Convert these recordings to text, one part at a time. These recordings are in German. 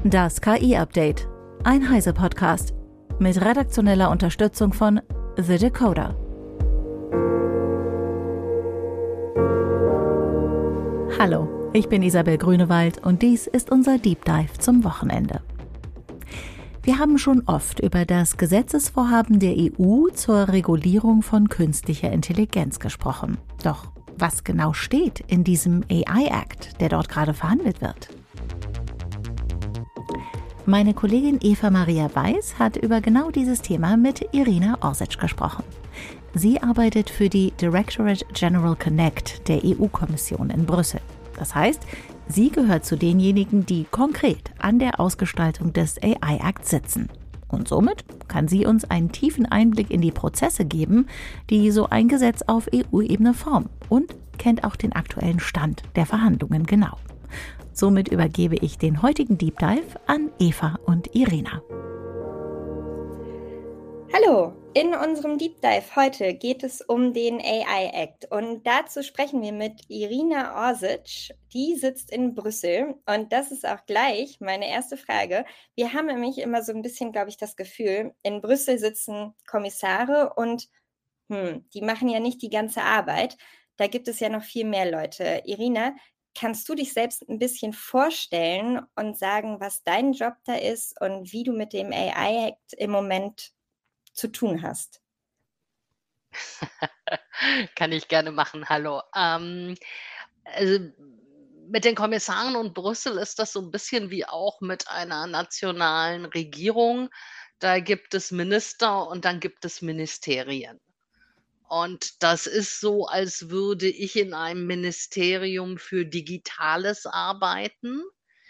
Das KI-Update. Ein Heise-Podcast. Mit redaktioneller Unterstützung von The Decoder. Hallo, ich bin Isabel Grünewald und dies ist unser Deep Dive zum Wochenende. Wir haben schon oft über das Gesetzesvorhaben der EU zur Regulierung von künstlicher Intelligenz gesprochen. Doch was genau steht in diesem AI-Act, der dort gerade verhandelt wird? Meine Kollegin Eva Maria Weiß hat über genau dieses Thema mit Irina Orsic gesprochen. Sie arbeitet für die Directorate General Connect der EU-Kommission in Brüssel. Das heißt, sie gehört zu denjenigen, die konkret an der Ausgestaltung des AI-Acts sitzen. Und somit kann sie uns einen tiefen Einblick in die Prozesse geben, die so ein Gesetz auf EU-Ebene formen, und kennt auch den aktuellen Stand der Verhandlungen genau. Somit übergebe ich den heutigen Deep Dive an Eva und Irina. Hallo, in unserem Deep Dive heute geht es um den AI Act und dazu sprechen wir mit Irina Orsic. Die sitzt in Brüssel und das ist auch gleich meine erste Frage. Wir haben nämlich immer so ein bisschen, glaube ich, das Gefühl, in Brüssel sitzen Kommissare und die machen ja nicht die ganze Arbeit. Da gibt es ja noch viel mehr Leute. Irina, kannst du dich selbst ein bisschen vorstellen und sagen, was dein Job da ist und wie du mit dem AI Act im Moment zu tun hast? Kann ich gerne machen, hallo. Also, mit den Kommissaren und Brüssel ist das so ein bisschen wie auch mit einer nationalen Regierung. Da gibt es Minister und dann gibt es Ministerien. Und das ist so, als würde ich in einem Ministerium für Digitales arbeiten.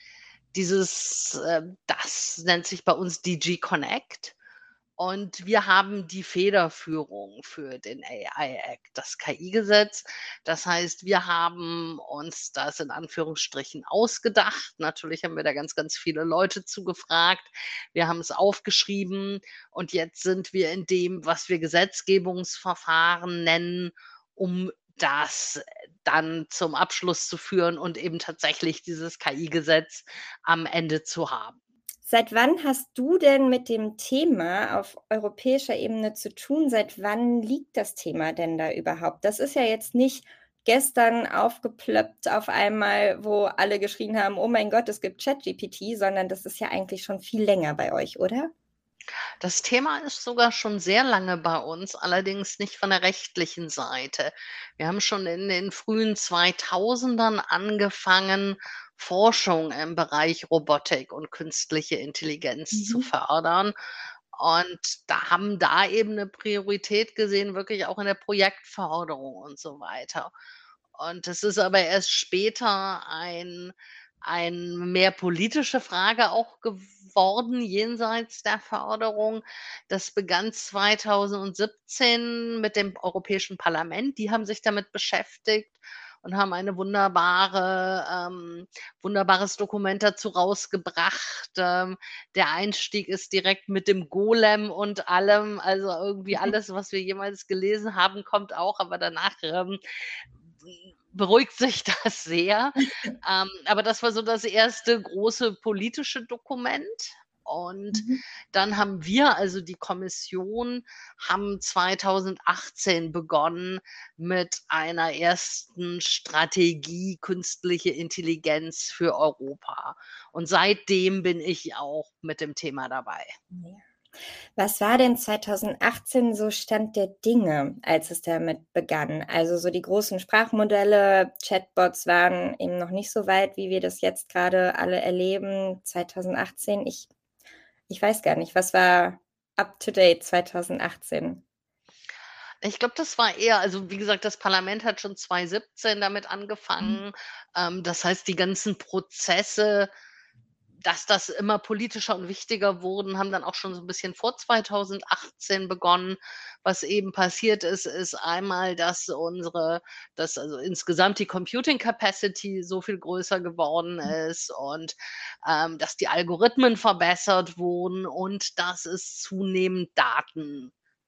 Das nennt sich bei uns DG Connect. Und wir haben die Federführung für den AI Act, das KI-Gesetz. Das heißt, wir haben uns das in Anführungsstrichen ausgedacht. Natürlich haben wir da ganz, ganz viele Leute zugefragt. Wir haben es aufgeschrieben und jetzt sind wir in dem, was wir Gesetzgebungsverfahren nennen, um das dann zum Abschluss zu führen und eben tatsächlich dieses KI-Gesetz am Ende zu haben. Seit wann hast du denn mit dem Thema auf europäischer Ebene zu tun? Seit wann liegt das Thema denn da überhaupt? Das ist ja jetzt nicht gestern aufgeplöppt auf einmal, wo alle geschrien haben, oh mein Gott, es gibt ChatGPT, sondern das ist ja eigentlich schon viel länger bei euch, oder? Das Thema ist sogar schon sehr lange bei uns, allerdings nicht von der rechtlichen Seite. Wir haben schon in den frühen 2000ern angefangen, Forschung im Bereich Robotik und künstliche Intelligenz zu Mhm. fördern. Und haben da eben eine Priorität gesehen, wirklich auch in der Projektförderung und so weiter. Und es ist aber erst später ein mehr politische Frage auch geworden, jenseits der Förderung. Das begann 2017 mit dem Europäischen Parlament. Die haben sich damit beschäftigt und haben eine wunderbares Dokument dazu rausgebracht. Der Einstieg ist direkt mit dem Golem und allem, also irgendwie alles, was wir jemals gelesen haben, kommt auch, aber danach, beruhigt sich das sehr. Aber das war so das erste große politische Dokument. Und Mhm. dann haben wir, also die Kommission, haben 2018 begonnen mit einer ersten Strategie künstliche Intelligenz für Europa. Und seitdem bin ich auch mit dem Thema dabei. Ja. Was war denn 2018 so Stand der Dinge, als es damit begann? Also so die großen Sprachmodelle, Chatbots waren eben noch nicht so weit, wie wir das jetzt gerade alle erleben. 2018, ich weiß gar nicht, was war up to date 2018? Ich glaube, das war eher, also, wie gesagt, das Parlament hat schon 2017 damit Mhm. angefangen. Das heißt, die ganzen Prozesse, dass das immer politischer und wichtiger wurden, haben dann auch schon so ein bisschen vor 2018 begonnen. Was eben passiert ist, ist einmal, dass also insgesamt die Computing Capacity so viel größer geworden ist und, dass die Algorithmen verbessert wurden und dass es zunehmend Daten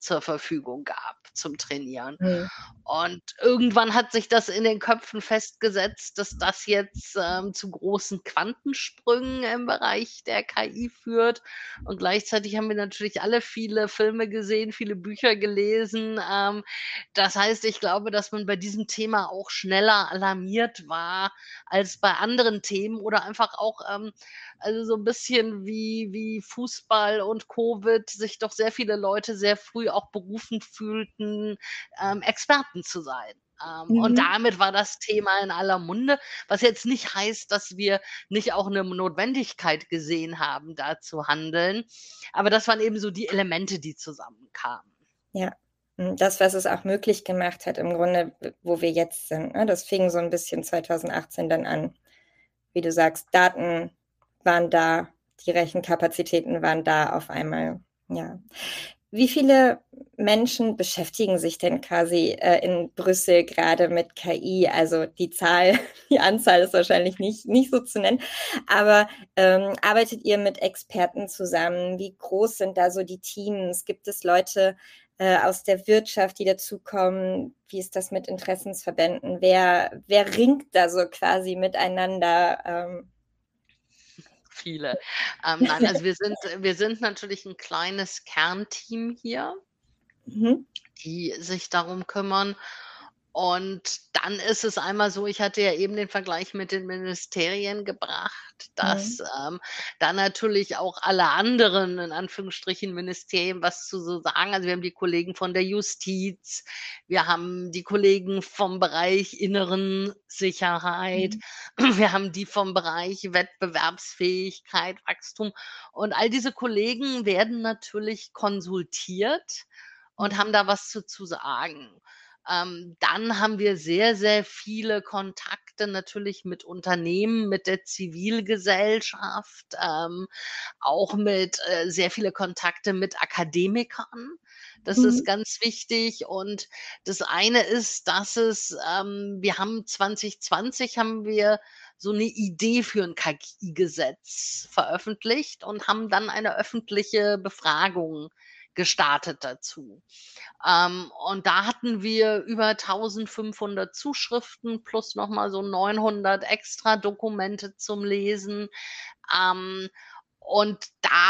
zur Verfügung gab zum Trainieren. Mhm. Und irgendwann hat sich das in den Köpfen festgesetzt, dass das jetzt, zu großen Quantensprüngen im Bereich der KI führt. Und gleichzeitig haben wir natürlich alle viele Filme gesehen, viele Bücher gelesen. Das heißt, ich glaube, dass man bei diesem Thema auch schneller alarmiert war als bei anderen Themen oder einfach auch, also so ein bisschen wie Fußball und Covid sich doch sehr viele Leute sehr früh auch berufen fühlten, Experten zu sein. Und Mhm. damit war das Thema in aller Munde, was jetzt nicht heißt, dass wir nicht auch eine Notwendigkeit gesehen haben, da zu handeln. Aber das waren eben so die Elemente, die zusammenkamen. Ja. Das, was es auch möglich gemacht hat, im Grunde, wo wir jetzt sind. Ne? Das fing so ein bisschen 2018 dann an. Wie du sagst, Daten waren da, die Rechenkapazitäten waren da auf einmal. Ja. Wie viele Menschen beschäftigen sich denn quasi in Brüssel gerade mit KI? Also die Zahl, die Anzahl ist wahrscheinlich nicht so zu nennen, aber arbeitet ihr mit Experten zusammen? Wie groß sind da so die Teams? Gibt es Leute aus der Wirtschaft, die dazukommen? Wie ist das mit Interessensverbänden? Wer ringt da so quasi miteinander? Viele. Nein, also wir sind natürlich ein kleines Kernteam hier, Mhm. die sich darum kümmern. Und dann ist es einmal so, ich hatte ja eben den Vergleich mit den Ministerien gebracht, Mhm. dass, da natürlich auch alle anderen, in Anführungsstrichen, Ministerien was zu so sagen. Also, wir haben die Kollegen von der Justiz, wir haben die Kollegen vom Bereich Inneren Sicherheit, Mhm. wir haben die vom Bereich Wettbewerbsfähigkeit, Wachstum. Und all diese Kollegen werden natürlich konsultiert und Mhm. haben da was zu sagen. Dann haben wir sehr, sehr viele Kontakte natürlich mit Unternehmen, mit der Zivilgesellschaft, auch mit sehr viele Kontakte mit Akademikern. Das ist Mhm. ganz wichtig. Und das eine ist, dass wir haben 2020 haben wir so eine Idee für ein KI-Gesetz veröffentlicht und haben dann eine öffentliche Befragung gestartet dazu. Und da hatten wir über 1.500 Zuschriften plus noch mal so 900 extra Dokumente zum Lesen. Ähm, und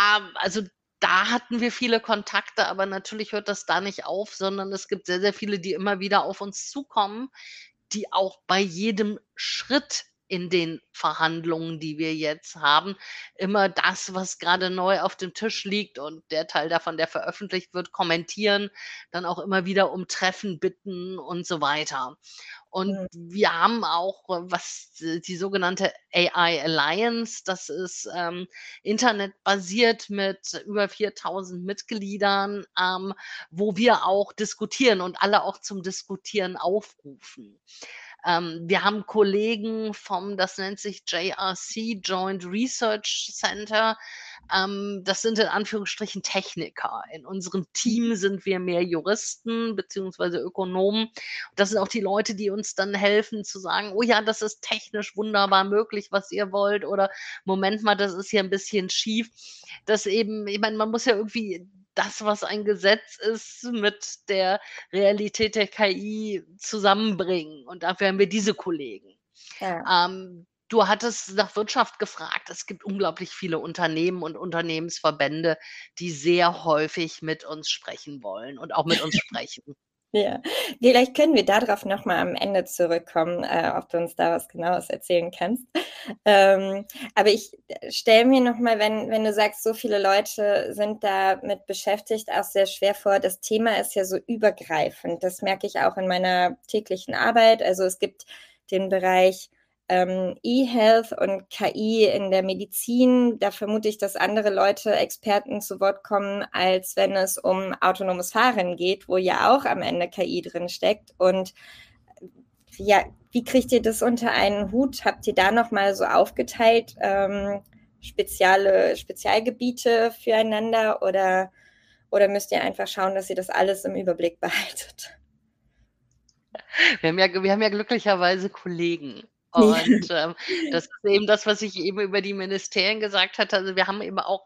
da hatten wir viele Kontakte, aber natürlich hört das da nicht auf, sondern es gibt sehr, sehr viele, die immer wieder auf uns zukommen, die auch bei jedem Schritt in den Verhandlungen, die wir jetzt haben, immer das, was gerade neu auf dem Tisch liegt und der Teil davon, der veröffentlicht wird, kommentieren, dann auch immer wieder um Treffen bitten und so weiter. Und Mhm. wir haben auch, was die sogenannte AI Alliance, das ist, internetbasiert mit über 4.000 Mitgliedern, wo wir auch diskutieren und alle auch zum Diskutieren aufrufen. Wir haben Kollegen das nennt sich JRC, Joint Research Center. Das sind in Anführungsstrichen Techniker. In unserem Mhm. Team sind wir mehr Juristen beziehungsweise Ökonomen. Das sind auch die Leute, die uns dann helfen zu sagen, oh ja, das ist technisch wunderbar möglich, was ihr wollt. Oder Moment mal, das ist hier ein bisschen schief. Das eben, ich meine, man muss ja irgendwie das, was ein Gesetz ist, mit der Realität der KI zusammenbringen. Und dafür haben wir diese Kollegen. Ja. Du hattest nach Wirtschaft gefragt. Es gibt unglaublich viele Unternehmen und Unternehmensverbände, die sehr häufig mit uns sprechen wollen und auch mit uns sprechen. Ja, vielleicht können wir darauf noch mal am Ende zurückkommen, ob du uns da was Genaues erzählen kannst. Aber ich stelle mir noch mal, wenn du sagst, so viele Leute sind damit beschäftigt, auch sehr schwer vor. Das Thema ist ja so übergreifend. Das merke ich auch in meiner täglichen Arbeit. Also es gibt den Bereich E-Health und KI in der Medizin. Da vermute ich, dass andere Leute, Experten zu Wort kommen, als wenn es um autonomes Fahren geht, wo ja auch am Ende KI drin steckt. Und ja, wie kriegt ihr das unter einen Hut? Habt ihr da nochmal so aufgeteilt, Spezialgebiete füreinander oder müsst ihr einfach schauen, dass ihr das alles im Überblick behaltet? Wir haben ja glücklicherweise Kollegen. Und, das ist eben das, was ich eben über die Ministerien gesagt hatte. Also, wir haben eben auch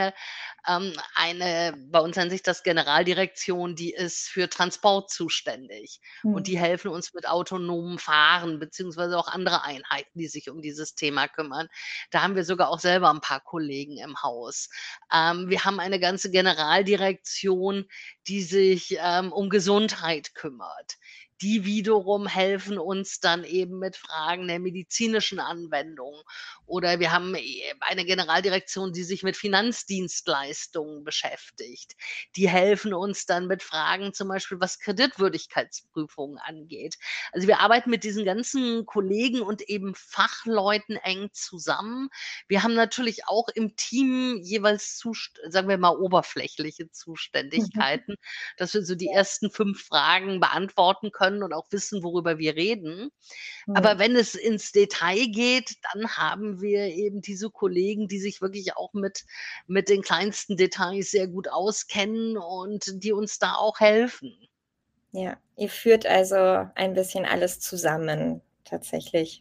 eine bei uns nennt sich das Generaldirektion, die ist für Transport zuständig und Mhm. die helfen uns mit autonomem Fahren beziehungsweise auch andere Einheiten, die sich um dieses Thema kümmern. Da haben wir sogar auch selber ein paar Kollegen im Haus. Wir haben eine ganze Generaldirektion, die sich, um Gesundheit kümmert. Die wiederum helfen uns dann eben mit Fragen der medizinischen Anwendung. Oder wir haben, eine Generaldirektion, die sich mit Finanzdienstleistungen beschäftigt. Die helfen uns dann mit Fragen zum Beispiel, was Kreditwürdigkeitsprüfungen angeht. Also, wir arbeiten mit diesen ganzen Kollegen und eben Fachleuten eng zusammen. Wir haben natürlich auch im Team jeweils sagen wir mal, oberflächliche Zuständigkeiten, dass wir so die ersten 5 Fragen beantworten können und auch wissen, worüber wir reden. Mhm. Aber wenn es ins Detail geht, dann haben wir eben diese Kollegen, die sich wirklich auch mit den kleinsten Details sehr gut auskennen und die uns da auch helfen. Ja, ihr führt also ein bisschen alles zusammen tatsächlich.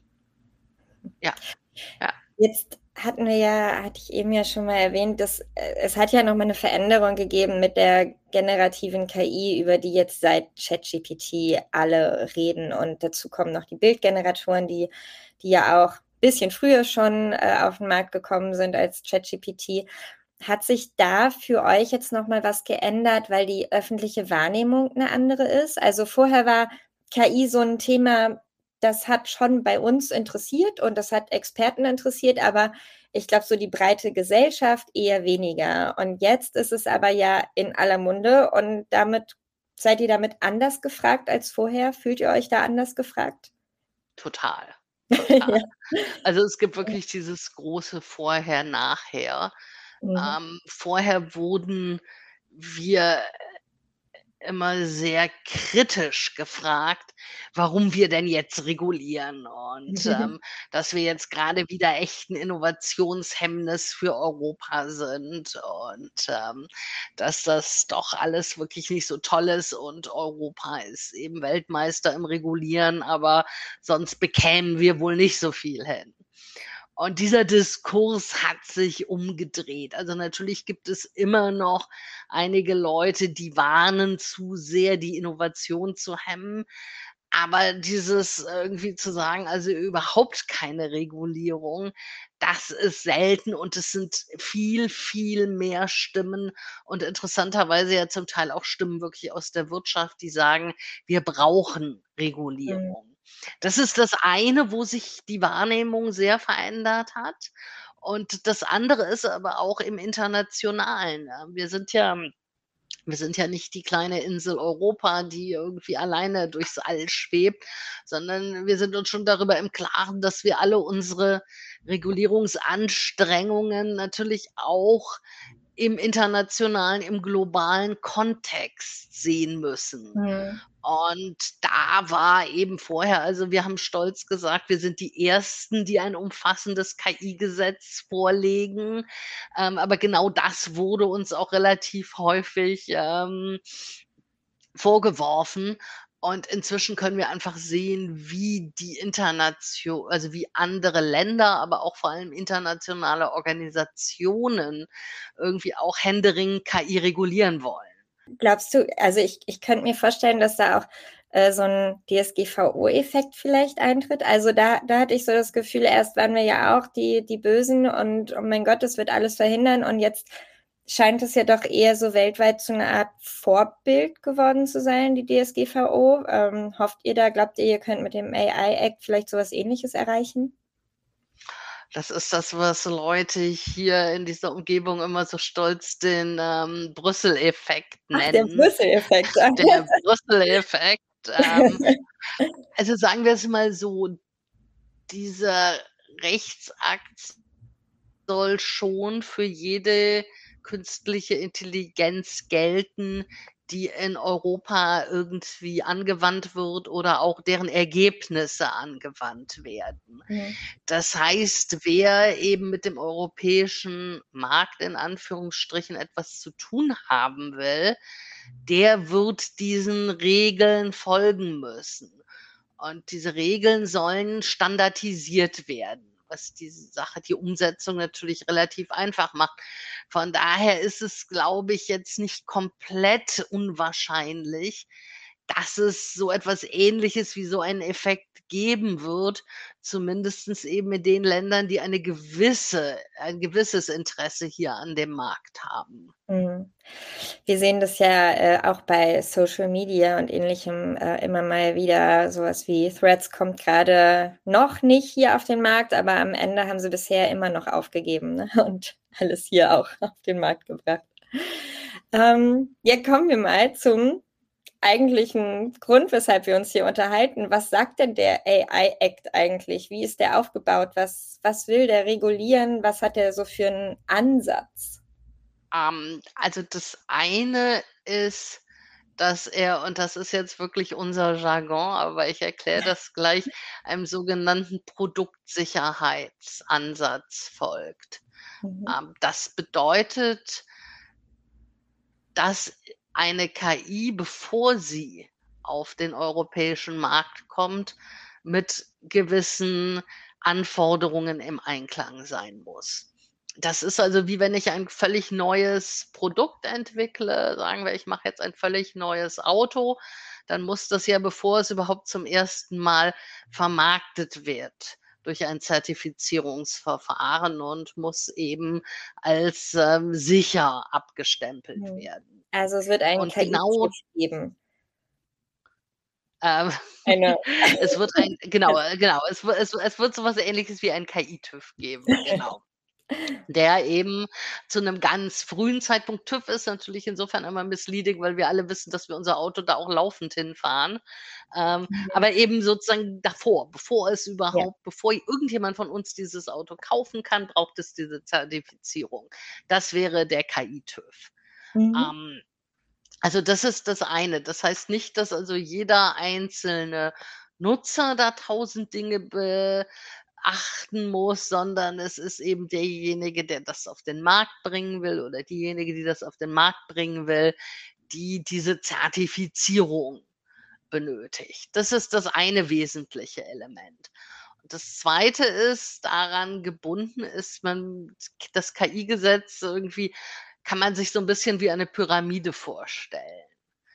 Ja, ja. Jetzt hatte ich eben ja schon mal erwähnt, dass es hat ja noch mal eine Veränderung gegeben mit der generativen KI, über die jetzt seit ChatGPT alle reden. Und dazu kommen noch die Bildgeneratoren, die ja auch ein bisschen früher schon auf den Markt gekommen sind als ChatGPT. Hat sich da für euch jetzt noch mal was geändert, weil die öffentliche Wahrnehmung eine andere ist? Also vorher war KI so ein Thema, das hat schon bei uns interessiert und das hat Experten interessiert, aber ich glaube, so die breite Gesellschaft eher weniger. Und jetzt ist es aber ja in aller Munde und damit seid ihr damit anders gefragt als vorher? Fühlt ihr euch da anders gefragt? Total, total. Ja. Also, es gibt wirklich dieses große Vorher, Nachher. Mhm. Vorher wurden wir immer sehr kritisch gefragt, warum wir denn jetzt regulieren und, dass wir jetzt gerade wieder echt 'n Innovationshemmnis für Europa sind und, dass das doch alles wirklich nicht so toll ist und Europa ist eben Weltmeister im Regulieren, aber sonst bekämen wir wohl nicht so viel hin. Und dieser Diskurs hat sich umgedreht. Also, natürlich gibt es immer noch einige Leute, die warnen zu sehr, die Innovation zu hemmen. Aber dieses irgendwie zu sagen, also überhaupt keine Regulierung, das ist selten und es sind viel, viel mehr Stimmen und interessanterweise ja zum Teil auch Stimmen wirklich aus der Wirtschaft, die sagen: „Wir brauchen Mhm. Regulierung." Das ist das eine, wo sich die Wahrnehmung sehr verändert hat. Und das andere ist aber auch im Internationalen. Wir sind ja nicht die kleine Insel Europa, die irgendwie alleine durchs All schwebt, sondern wir sind uns schon darüber im Klaren, dass wir alle unsere Regulierungsanstrengungen natürlich auch im internationalen, im globalen Kontext sehen müssen. Mhm. Und da war eben vorher also, wir haben stolz gesagt, wir sind die Ersten, die ein umfassendes KI-Gesetz vorlegen. Aber genau das wurde uns auch relativ häufig, vorgeworfen. Und inzwischen können wir einfach sehen, wie die Internation also, wie andere Länder, aber auch vor allem internationale Organisationen irgendwie auch händeringend KI regulieren wollen. Glaubst du, also ich könnte mir vorstellen, dass da auch so ein DSGVO-Effekt vielleicht eintritt. Also da hatte ich so das Gefühl, erst waren wir ja auch die Bösen und oh mein Gott, das wird alles verhindern. Und jetzt scheint es ja doch eher so weltweit zu einer Art Vorbild geworden zu sein, die DSGVO. Hofft ihr da, glaubt ihr, ihr könnt mit dem AI-Act vielleicht sowas Ähnliches erreichen? Das ist das, was Leute hier in dieser Umgebung immer so stolz den, Brüssel-Effekt Ach, der nennen. Brüssel-Effekt. Der Brüssel-Effekt, also sagen wir es mal so, dieser Rechtsakt soll schon für jede künstliche Intelligenz gelten, die in Europa irgendwie angewandt wird oder auch deren Ergebnisse angewandt werden. Mhm. Das heißt, wer eben mit dem europäischen Markt in Anführungsstrichen etwas zu tun haben will, der wird diesen Regeln folgen müssen. Und diese Regeln sollen standardisiert werden, was diese Sache, die Umsetzung natürlich relativ einfach macht. Von daher ist es, glaube ich, jetzt nicht komplett unwahrscheinlich, dass es so etwas Ähnliches wie so einen Effekt geben wird, zumindestens eben in den Ländern, die ein gewisses Interesse hier an dem Markt haben. Mhm. Wir sehen das ja auch bei Social Media und Ähnlichem immer mal wieder. Sowas wie Threads kommt gerade noch nicht hier auf den Markt, aber am Ende haben sie bisher immer noch aufgegeben, ne? Und alles hier auch auf den Markt gebracht. Ja, kommen wir mal zum eigentlichen Grund, weshalb wir uns hier unterhalten. Was sagt denn der AI Act eigentlich? Wie ist der aufgebaut? Was will der regulieren? Was hat er so für einen Ansatz? Also das eine ist, dass er, und das ist jetzt wirklich unser Jargon, aber ich erkläre das gleich, einem sogenannten Produktsicherheitsansatz folgt. Mhm. Das bedeutet, dass eine KI, bevor sie auf den europäischen Markt kommt, mit gewissen Anforderungen im Einklang sein muss. Das ist also wie wenn ich ein völlig neues Produkt entwickle, sagen wir, ich mache jetzt ein völlig neues Auto, dann muss das ja, bevor es überhaupt zum ersten Mal vermarktet wird, durch ein Zertifizierungsverfahren und muss eben als sicher abgestempelt Mhm. werden. Also es wird einen Und genau, KI-TÜV geben. ähm, Eine es wird ein, genau, es wird so was Ähnliches wie ein KI-TÜV geben, genau. Der eben zu einem ganz frühen Zeitpunkt, TÜV ist natürlich insofern immer misleading, weil wir alle wissen, dass wir unser Auto da auch laufend hinfahren. Mhm. Aber eben sozusagen davor, Ja. bevor irgendjemand von uns dieses Auto kaufen kann, braucht es diese Zertifizierung. Das wäre der KI-TÜV. Mhm. Ähm, also das ist das eine. Das heißt nicht, dass also jeder einzelne Nutzer da 1.000 Dinge beachten muss, sondern es ist eben derjenige, der das auf den Markt bringen will, oder diejenige, die das auf den Markt bringen will, die diese Zertifizierung benötigt. Das ist das eine wesentliche Element. Und das zweite ist, daran gebunden ist man, das KI-Gesetz irgendwie, kann man sich so ein bisschen wie eine Pyramide vorstellen.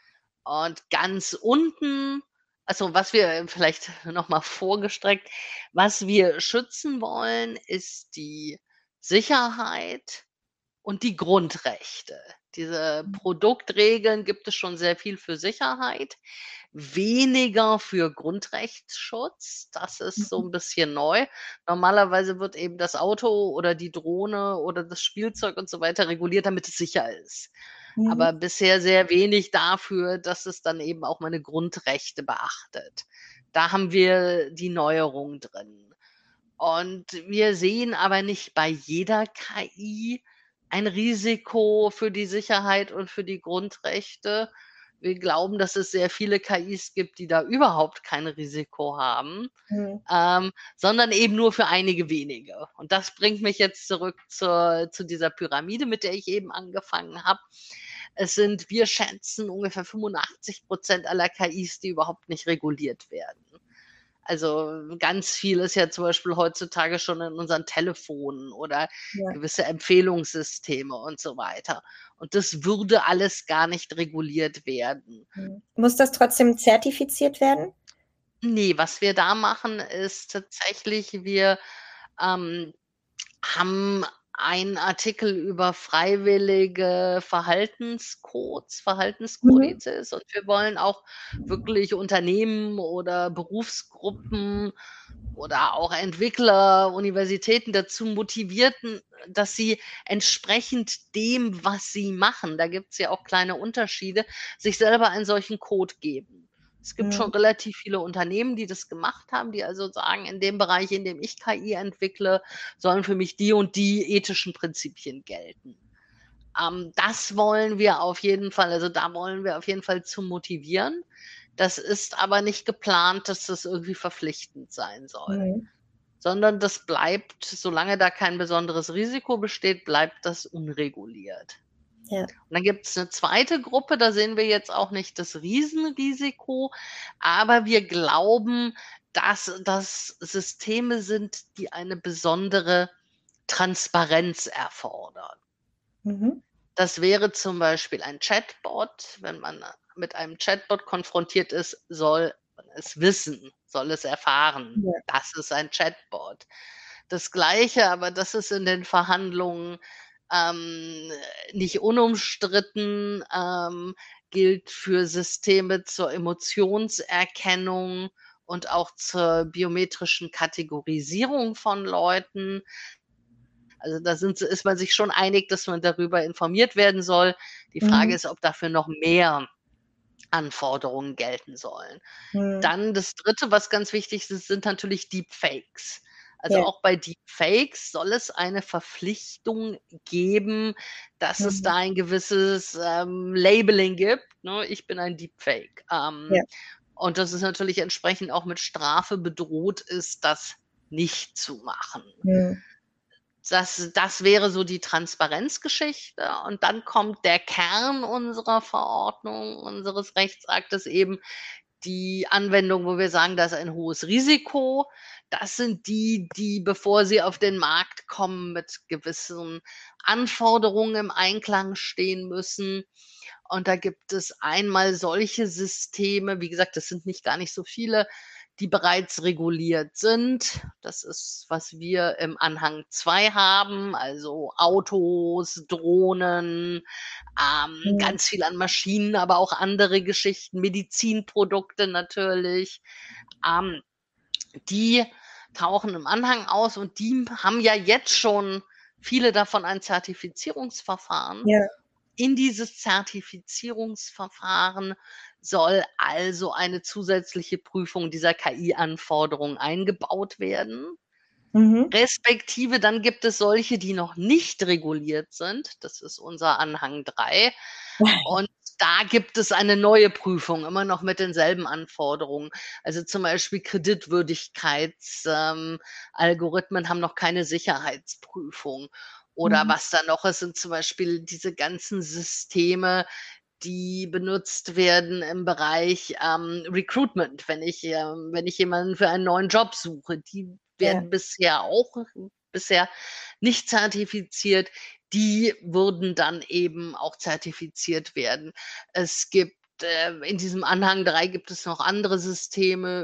Und ganz unten, also, was wir vielleicht noch mal vorgestreckt, was wir schützen wollen, ist die Sicherheit und die Grundrechte. Diese Produktregeln gibt es schon sehr viel für Sicherheit, weniger für Grundrechtsschutz. Das ist so Mhm. 'n bisschen neu. Normalerweise wird eben das Auto oder die Drohne oder das Spielzeug und so weiter reguliert, damit es sicher ist. Mhm. Aber bisher sehr wenig dafür, dass es dann eben auch meine Grundrechte beachtet. Da haben wir die Neuerung drin. Und wir sehen aber nicht bei jeder KI ein Risiko für die Sicherheit und für die Grundrechte. Wir glauben, dass es sehr viele KIs gibt, die da überhaupt kein Risiko haben, Mhm. sondern eben nur für einige wenige. Und das bringt mich jetzt zurück zu dieser Pyramide, mit der ich eben angefangen habe. Wir schätzen ungefähr 85% aller KIs, die überhaupt nicht reguliert werden. Also, ganz viel ist ja zum Beispiel heutzutage schon in unseren Telefonen oder Ja. gewisse Empfehlungssysteme und so weiter. Und das würde alles gar nicht reguliert werden. Mhm. Muss das trotzdem zertifiziert werden? Ne, was wir da machen, ist tatsächlich, wir, ähm, haben einen Artikel über freiwillige Mhm. Verhaltenskodizes, und wir wollen auch wirklich Unternehmen oder Berufsgruppen oder auch Entwickler, Universitäten dazu motivierten, dass sie entsprechend dem, was sie machen, da gibt's ja auch kleine Unterschiede, sich selber einen solchen Code geben. Es gibt schon Mhm. relativ viele Unternehmen, die das gemacht haben, die also sagen: „In dem Bereich, in dem ich KI entwickle, sollen für mich die und die ethischen Prinzipien gelten." Das wollen wir auf jeden Fall, also, da wollen wir auf jeden Fall zu motivieren. Das ist aber nicht geplant, dass das irgendwie verpflichtend sein soll, Mhm. sondern das bleibt, solange da kein besonderes Risiko besteht, bleibt das unreguliert. Ja. Und dann gibt es eine zweite Gruppe, da sehen wir jetzt auch nicht das Riesenrisiko, aber wir glauben, dass das Systeme sind, die eine besondere Transparenz erfordern. Mhm. Das wäre zum Beispiel ein Chatbot. Wenn man mit einem Chatbot konfrontiert ist, soll man es wissen, soll es erfahren. Ja. Das ist ein Chatbot. Das Gleiche, aber das ist in den Verhandlungen ähm, nicht unumstritten, gilt für Systeme zur Emotionserkennung und auch zur biometrischen Kategorisierung von Leuten. Also da ist man sich schon einig, dass man darüber informiert werden soll. Die Frage Mhm. ist, ob dafür noch mehr Anforderungen gelten sollen. Mhm. Dann das Dritte, was ganz wichtig ist, sind natürlich Deepfakes. Also Ja. auch bei Deepfakes soll es eine Verpflichtung geben, dass es Mhm. da ein gewisses Labeling gibt. Ne? Ich bin ein Deepfake. Ja. Und dass es natürlich entsprechend auch mit Strafe bedroht ist, das nicht zu machen. Mhm. Das wäre so die Transparenzgeschichte und dann kommt der Kern unserer Verordnung, unseres Rechtsaktes eben die Anwendung, wo wir sagen, da ist ein hohes Risiko. Das sind die, die, bevor sie auf den Markt kommen, mit gewissen Anforderungen im Einklang stehen müssen. Und da gibt es einmal solche Systeme, wie gesagt, das sind gar nicht so viele, die bereits reguliert sind. Das ist, was wir im Anhang 2 haben, also Autos, Drohnen, Mhm. ganz viel an Maschinen, aber auch andere Geschichten, Medizinprodukte natürlich. Ähm, Die tauchen im Anhang aus und die haben ja jetzt schon viele davon ein Zertifizierungsverfahren. Ja. In dieses Zertifizierungsverfahren soll also eine zusätzliche Prüfung dieser KI-Anforderungen eingebaut werden. Mhm. Respektive dann gibt es solche, die noch nicht reguliert sind. Das ist unser Anhang 3. Und da gibt es eine neue Prüfung, immer noch mit denselben Anforderungen. Also zum Beispiel Kreditwürdigkeitsalgorithmen haben noch keine Sicherheitsprüfung. Oder Mhm. was da noch ist, sind zum Beispiel diese ganzen Systeme, die benutzt werden im Bereich Recruitment, wenn ich jemanden für einen neuen Job suche. Die Ja. werden bisher nicht zertifiziert. Die würden dann eben auch zertifiziert werden. Es gibt in diesem Anhang 3 gibt es noch andere Systeme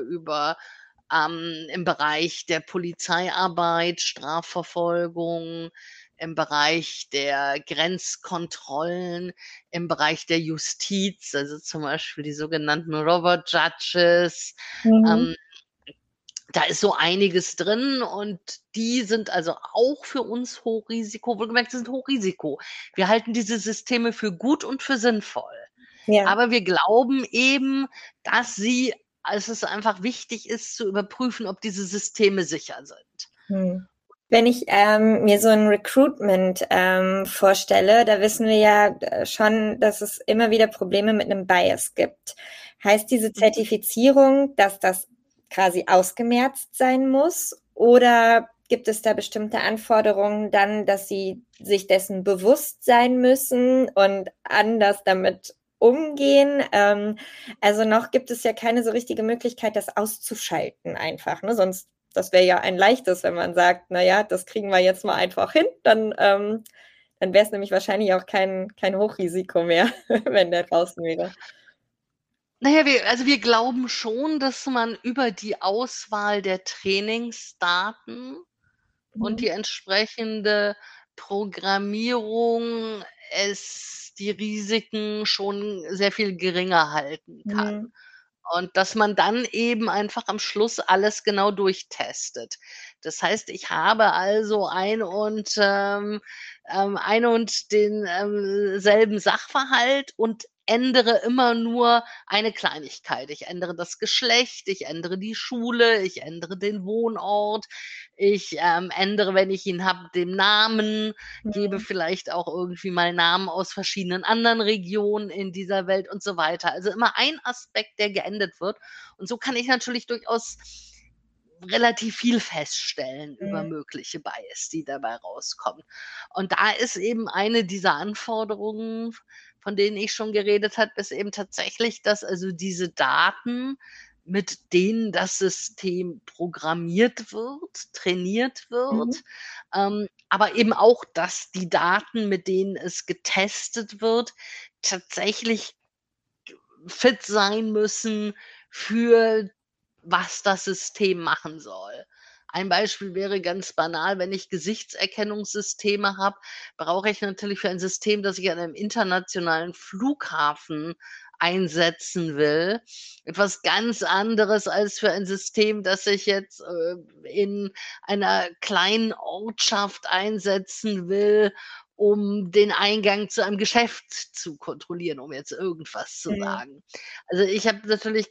im Bereich der Polizeiarbeit, Strafverfolgung, im Bereich der Grenzkontrollen, im Bereich der Justiz, also zum Beispiel die sogenannten Robot Judges. Mhm. Ähm, Da ist so einiges drin und die sind also auch für uns Hochrisiko. Wohlgemerkt, sie sind Hochrisiko. Wir halten diese Systeme für gut und für sinnvoll. Ja. Aber wir glauben eben, dass es einfach wichtig ist zu überprüfen, ob diese Systeme sicher sind. Hm. Wenn ich mir so ein Recruitment vorstelle, da wissen wir ja schon, dass es immer wieder Probleme mit einem Bias gibt. Heißt diese Zertifizierung, dass das quasi ausgemerzt sein muss? Oder gibt es da bestimmte Anforderungen dann, dass sie sich dessen bewusst sein müssen und anders damit umgehen? Also noch gibt es ja keine so richtige Möglichkeit, das auszuschalten einfach, ne? Sonst das wäre ja ein leichtes, wenn man sagt, naja, das kriegen wir jetzt mal einfach hin, dann wäre es nämlich wahrscheinlich auch kein Hochrisiko mehr, wenn der draußen wäre. Naja, wir glauben schon, dass man über die Auswahl der Trainingsdaten und Mhm. die entsprechende Programmierung die Risiken schon sehr viel geringer halten kann. Mhm. Und dass man dann eben einfach am Schluss alles genau durchtestet. Das heißt, ich habe also ein und den selben Sachverhalt und ändere immer nur eine Kleinigkeit. Ich ändere das Geschlecht, ich ändere die Schule, ich ändere den Wohnort, ich ändere, wenn ich ihn habe, den Namen, gebe Mhm. vielleicht auch irgendwie mal Namen aus verschiedenen anderen Regionen in dieser Welt und so weiter. Also immer ein Aspekt, der geändert wird. Und so kann ich natürlich durchaus relativ viel feststellen über Mhm. mögliche Bias, die dabei rauskommen. Und da ist eben eine dieser Anforderungen, von denen ich schon geredet habe, ist eben tatsächlich, dass also diese Daten, mit denen das System programmiert wird, trainiert Mhm. wird, aber eben auch, dass die Daten, mit denen es getestet wird, tatsächlich fit sein müssen für was das System machen soll. Ein Beispiel wäre ganz banal, wenn ich Gesichtserkennungssysteme habe, brauche ich natürlich für ein System, das ich an einem internationalen Flughafen einsetzen will, etwas ganz anderes als für ein System, das ich jetzt, in einer kleinen Ortschaft einsetzen will, um den Eingang zu einem Geschäft zu kontrollieren, um jetzt irgendwas zu Mhm. sagen. Also, ich habe natürlich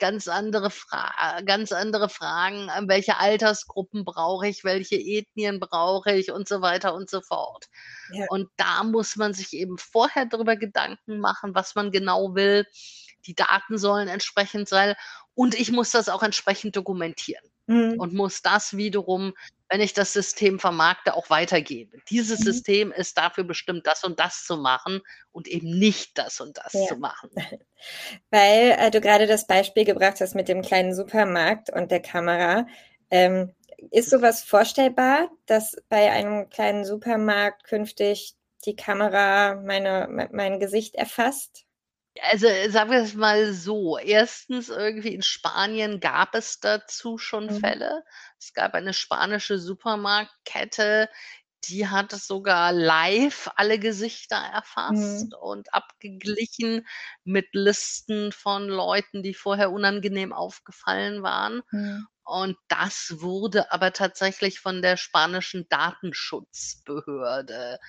ganz andere Fragen, welche Altersgruppen brauche ich, welche Ethnien brauche ich und so weiter und so fort. Ja. Und da muss man sich eben vorher darüber Gedanken machen, was man genau will. Die Daten sollen entsprechend sein und ich muss das auch entsprechend dokumentieren Mhm. und muss das wiederum, wenn ich das System vermarkte, auch weitergeben. Dieses Mhm. System ist dafür bestimmt, das und das zu machen und eben nicht das und das Ja. zu machen. Weil du gerade das Beispiel gebracht hast mit dem kleinen Supermarkt und der Kamera. Ähm, ist sowas vorstellbar, dass bei einem kleinen Supermarkt künftig die Kamera mein Gesicht erfasst? Also, sagen wir es mal so. Erstens irgendwie in Spanien gab es dazu schon Mhm. Fälle. Es gab eine spanische Supermarktkette, die hat es sogar live alle Gesichter Mhm. erfasst und abgeglichen mit Listen von Leuten, die vorher unangenehm aufgefallen waren. Mhm. Und das wurde aber tatsächlich von der spanischen Datenschutzbehörde,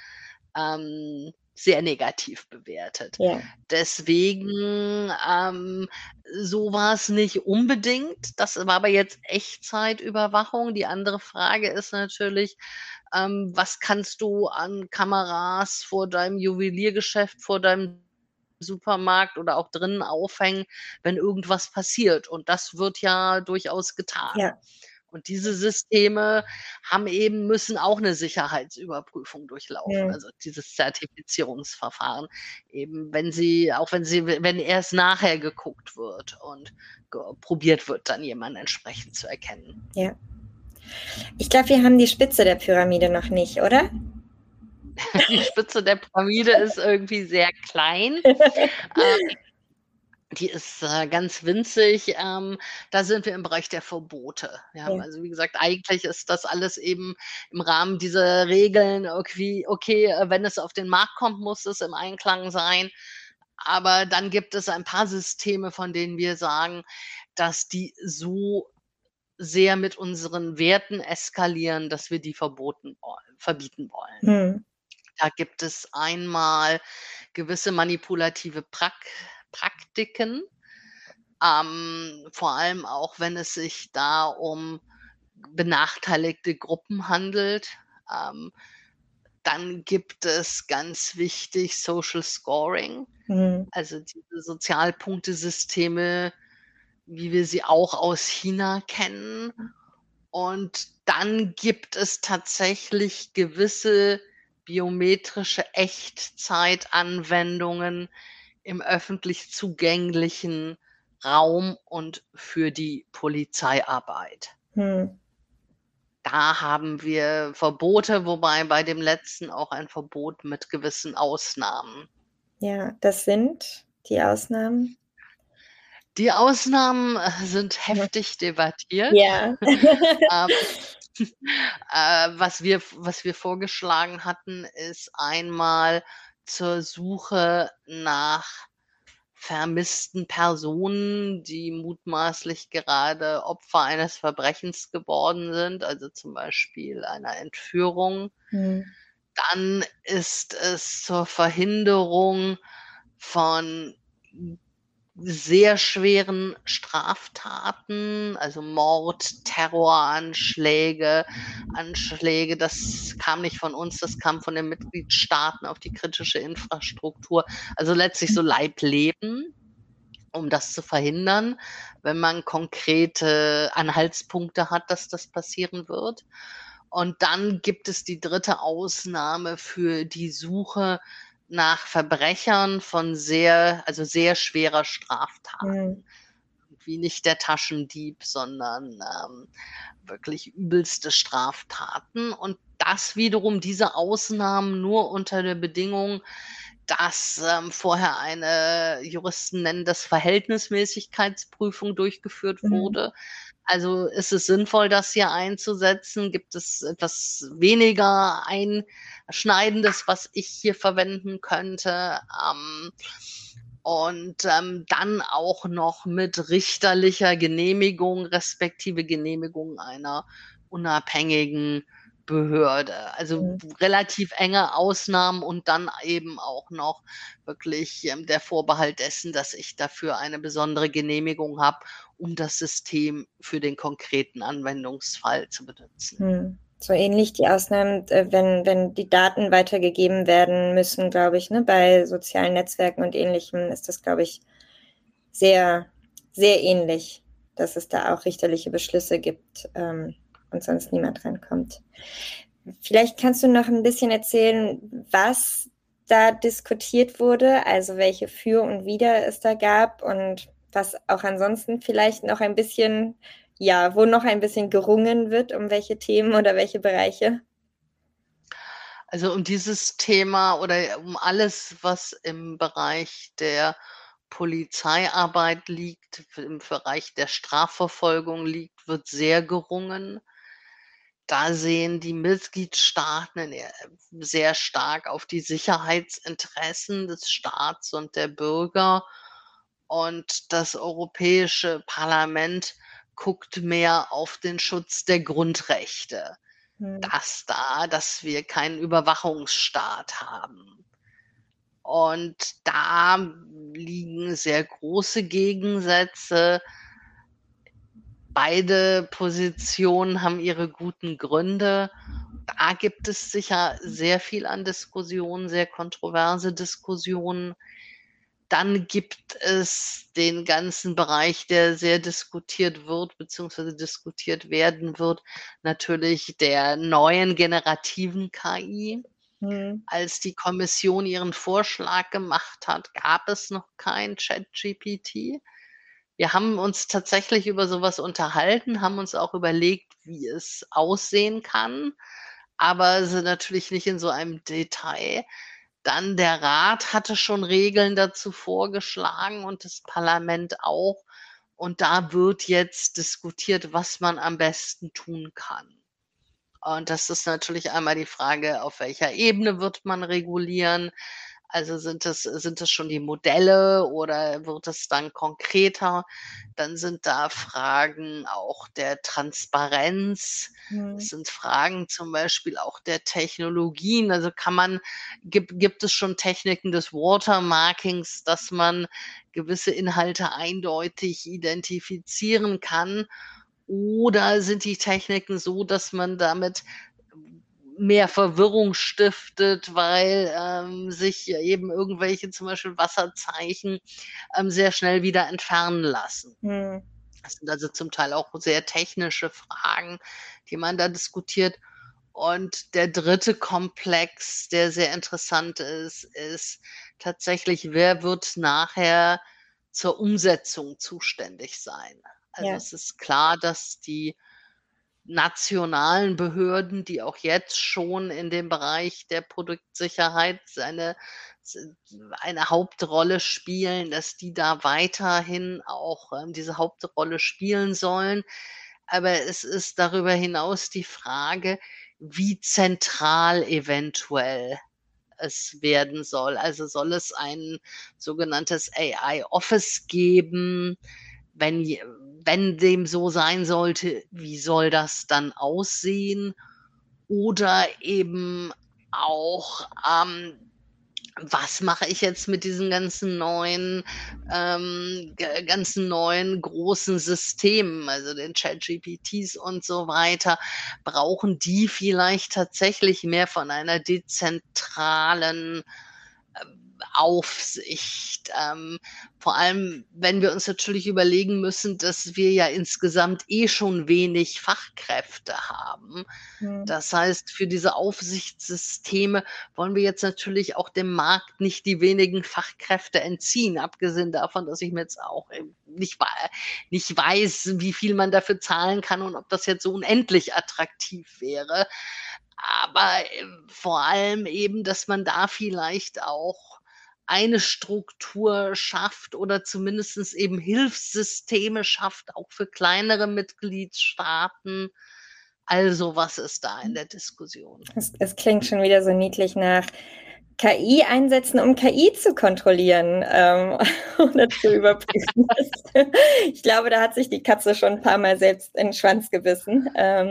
sehr negativ bewertet. Ja. Deswegen, so war's nicht unbedingt. Das war aber jetzt Echtzeitüberwachung. Die andere Frage ist natürlich, was kannst du an Kameras vor deinem Juweliergeschäft, vor deinem Supermarkt oder auch drinnen aufhängen, wenn irgendwas passiert? Und das wird ja durchaus getan. Ja. Und diese Systeme müssen auch 'ne Sicherheitsüberprüfung durchlaufen, Mhm. also dieses Zertifizierungsverfahren, eben wenn erst nachher geguckt wird und probiert wird, dann jemanden entsprechend zu erkennen. Ja. Ich glaube, wir haben die Spitze der Pyramide noch nicht, oder? Die Spitze der Pyramide ist irgendwie sehr klein. Ähm, Die ist, ganz winzig. Da sind wir im Bereich der Verbote. Wir haben Ja. also, wie gesagt, eigentlich ist das alles eben im Rahmen dieser Regeln irgendwie okay, wenn es auf den Markt kommt, muss es im Einklang sein. Aber dann gibt es ein paar Systeme, von denen wir sagen, dass die so sehr mit unseren Werten eskalieren, dass wir die verbieten wollen. Mhm. Da gibt es einmal gewisse manipulative Praktiken, vor allem auch, wenn es sich da um benachteiligte Gruppen handelt. Ähm, Dann gibt es ganz wichtig Social Scoring, Mhm. also diese Sozialpunktesysteme, wie wir sie auch aus China kennen. Und dann gibt es tatsächlich gewisse biometrische Echtzeitanwendungen im öffentlich zugänglichen Raum und für die Polizeiarbeit. Mhm. Da haben wir Verbote, wobei bei dem letzten auch ein Verbot mit gewissen Ausnahmen. Ja, das sind die Ausnahmen? Die Ausnahmen, sind Mhm. heftig debattiert. Ja. Ähm, was wir vorgeschlagen hatten, ist einmal zur Suche nach vermissten Personen, die mutmaßlich gerade Opfer eines Verbrechens geworden sind, also zum Beispiel einer Entführung. Mhm. Dann ist es zur Verhinderung von sehr schweren Straftaten, also Mord, Anschläge. Das kam nicht von uns, das kam von den Mitgliedstaaten auf die kritische Infrastruktur. Also letztlich so Leibleben. um das zu verhindern, wenn man konkrete Anhaltspunkte hat, dass das passieren wird. Und dann gibt es die dritte Ausnahme für die Suche nach Verbrechern von sehr schwerer Mhm. Straftaten. Wie nicht der Taschendieb, sondern wirklich übelste Straftaten. Und das wiederum, diese Ausnahmen nur unter der Bedingung, dass vorher eine, Juristen nennen das Verhältnismäßigkeitsprüfung durchgeführt Mhm. wurde. Also ist es sinnvoll, das hier einzusetzen? Gibt es etwas weniger Einschneidendes, was ich hier verwenden könnte? Dann auch noch mit richterlicher Genehmigung, respektive Genehmigung einer unabhängigen Behörde. Also Mhm. relativ enge Ausnahmen und dann eben auch noch wirklich der Vorbehalt dessen, dass ich dafür eine besondere Genehmigung habe, um das System für den konkreten Anwendungsfall zu benutzen. Mhm. So ähnlich die Ausnahmen, wenn die Daten weitergegeben werden müssen, glaube ich, ne? Bei sozialen Netzwerken und Ähnlichem ist das, glaube ich, sehr, sehr ähnlich, dass es da auch richterliche Beschlüsse gibt und sonst niemand rankommt. Vielleicht kannst du noch ein bisschen erzählen, was da diskutiert wurde, also welche Für und Wider es da gab und was auch ansonsten vielleicht noch ein bisschen, ja, wo noch ein bisschen gerungen wird, um welche Themen oder welche Bereiche. Also um dieses Thema oder um alles, was im Bereich der Polizeiarbeit liegt, im Bereich der Strafverfolgung liegt, wird sehr gerungen. Da sehen die Mitgliedstaaten sehr stark auf die Sicherheitsinteressen des Staats und der Bürger. Und das Europäische Parlament guckt mehr auf den Schutz der Grundrechte, Hm. dass wir keinen Überwachungsstaat haben. Und da liegen sehr große Gegensätze. Beide Positionen haben ihre guten Gründe. Da gibt es sicher sehr viel an Diskussionen, sehr kontroverse Diskussionen. Dann gibt es den ganzen Bereich, der sehr diskutiert wird beziehungsweise diskutiert werden wird, natürlich der neuen generativen KI. Hm. Als die Kommission ihren Vorschlag gemacht hat, gab es noch kein ChatGPT. Wir haben uns tatsächlich über sowas unterhalten, haben uns auch überlegt, wie es aussehen kann, aber sind natürlich nicht in so einem Detail. Dann der Rat hatte schon Regeln dazu vorgeschlagen und das Parlament auch. Und da wird jetzt diskutiert, was man am besten tun kann. Und das ist natürlich einmal die Frage, auf welcher Ebene wird man regulieren? Also sind es schon die Modelle oder wird es dann konkreter? Dann sind da Fragen auch der Transparenz. Hm. Es sind Fragen zum Beispiel auch der Technologien. Also gibt es schon Techniken des Watermarkings, dass man gewisse Inhalte eindeutig identifizieren kann? Oder sind die Techniken so, dass man damit mehr Verwirrung stiftet, weil sich eben irgendwelche zum Beispiel Wasserzeichen sehr schnell wieder entfernen lassen? Hm. Das sind also zum Teil auch sehr technische Fragen, die man da diskutiert. Und der dritte Komplex, der sehr interessant ist tatsächlich, wer wird nachher zur Umsetzung zuständig sein? Also Ja. es ist klar, dass die nationalen Behörden, die auch jetzt schon in dem Bereich der Produktsicherheit eine Hauptrolle spielen, dass die da weiterhin auch diese Hauptrolle spielen sollen. Aber es ist darüber hinaus die Frage, wie zentral eventuell es werden soll. Also soll es ein sogenanntes AI Office geben? Wenn, wenn dem so sein sollte, wie soll das dann aussehen? Oder eben auch, was mache ich jetzt mit diesen ganzen neuen großen Systemen, also den ChatGPTs und so weiter? Brauchen die vielleicht tatsächlich mehr von einer dezentralen Aufsicht. Vor allem, wenn wir uns natürlich überlegen müssen, dass wir ja insgesamt schon wenig Fachkräfte haben. Das heißt, für diese Aufsichtssysteme wollen wir jetzt natürlich auch dem Markt nicht die wenigen Fachkräfte entziehen, abgesehen davon, dass ich mir jetzt auch nicht weiß, wie viel man dafür zahlen kann und ob das jetzt so unendlich attraktiv wäre. Aber vor allem eben, dass man da vielleicht auch eine Struktur schafft oder zumindestens eben Hilfssysteme schafft, auch für kleinere Mitgliedstaaten. Also, was ist da in der Diskussion? Es klingt schon wieder so niedlich nach KI einsetzen, um KI zu kontrollieren oder zu überprüfen. Ich glaube, da hat sich die Katze schon ein paar Mal selbst in den Schwanz gebissen.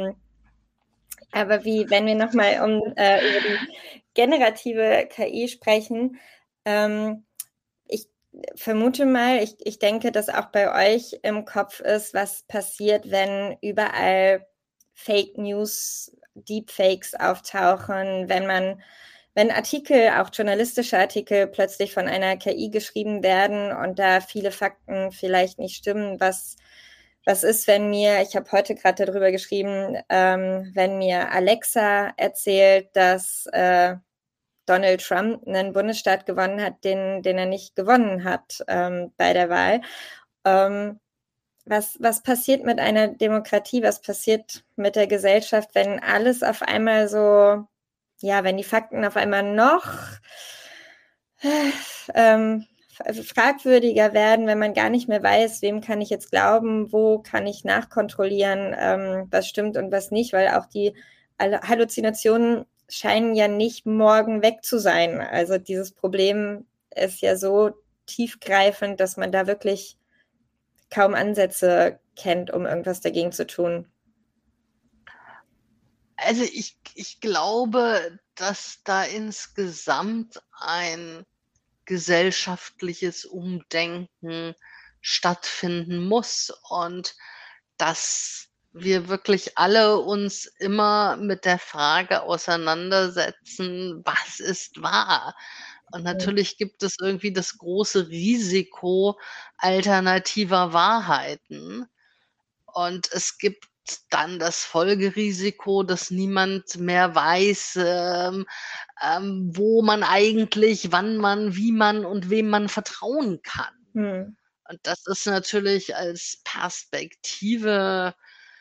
Aber wenn wir nochmal über die generative KI sprechen, ich vermute mal, ich denke, dass auch bei euch im Kopf ist, was passiert, wenn überall Fake News, Deepfakes auftauchen, wenn Artikel, auch journalistische Artikel, plötzlich von einer KI geschrieben werden und da viele Fakten vielleicht nicht stimmen. Was ist, wenn ich habe heute gerade darüber geschrieben, wenn mir Alexa erzählt, dass Donald Trump einen Bundesstaat gewonnen hat, den er nicht gewonnen hat bei der Wahl. Was passiert mit einer Demokratie? Was passiert mit der Gesellschaft, wenn alles auf einmal so, wenn die Fakten auf einmal noch fragwürdiger werden, wenn man gar nicht mehr weiß, wem kann ich jetzt glauben, wo kann ich nachkontrollieren, was stimmt und was nicht, weil auch die Halluzinationen scheinen ja nicht morgen weg zu sein. Also dieses Problem ist ja so tiefgreifend, dass man da wirklich kaum Ansätze kennt, um irgendwas dagegen zu tun. Also ich glaube, dass da insgesamt ein gesellschaftliches Umdenken stattfinden muss und dass wir wirklich alle uns immer mit der Frage auseinandersetzen, was ist wahr? Und natürlich gibt es irgendwie das große Risiko alternativer Wahrheiten. Und es gibt dann das Folgerisiko, dass niemand mehr weiß, wo man eigentlich, wann man, wie man und wem man vertrauen kann. Und das ist natürlich als Perspektive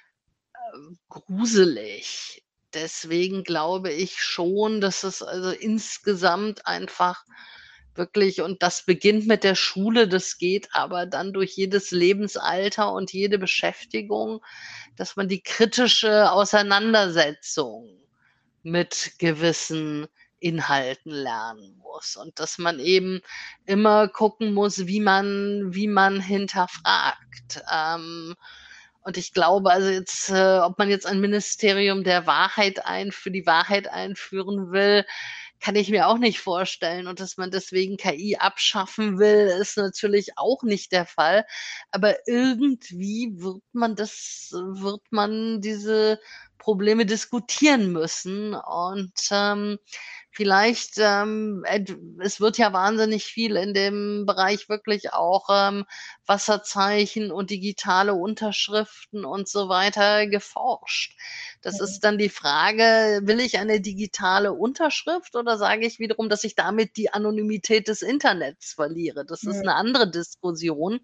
gruselig. Deswegen glaube ich schon, dass es also insgesamt einfach wirklich, und das beginnt mit der Schule, das geht aber dann durch jedes Lebensalter und jede Beschäftigung, dass man die kritische Auseinandersetzung mit gewissen Inhalten lernen muss und dass man eben immer gucken muss, wie man hinterfragt. Und ich glaube, also jetzt, ob man jetzt ein Ministerium der Wahrheit für die Wahrheit einführen will, kann ich mir auch nicht vorstellen. Und dass man deswegen KI abschaffen will, ist natürlich auch nicht der Fall. Aber irgendwie wird man diese Probleme diskutieren müssen. Und vielleicht, es wird ja wahnsinnig viel in dem Bereich wirklich auch Wasserzeichen und digitale Unterschriften und so weiter geforscht. Das ist dann die Frage, will ich eine digitale Unterschrift oder sage ich wiederum, dass ich damit die Anonymität des Internets verliere? Das ist eine andere Diskussion.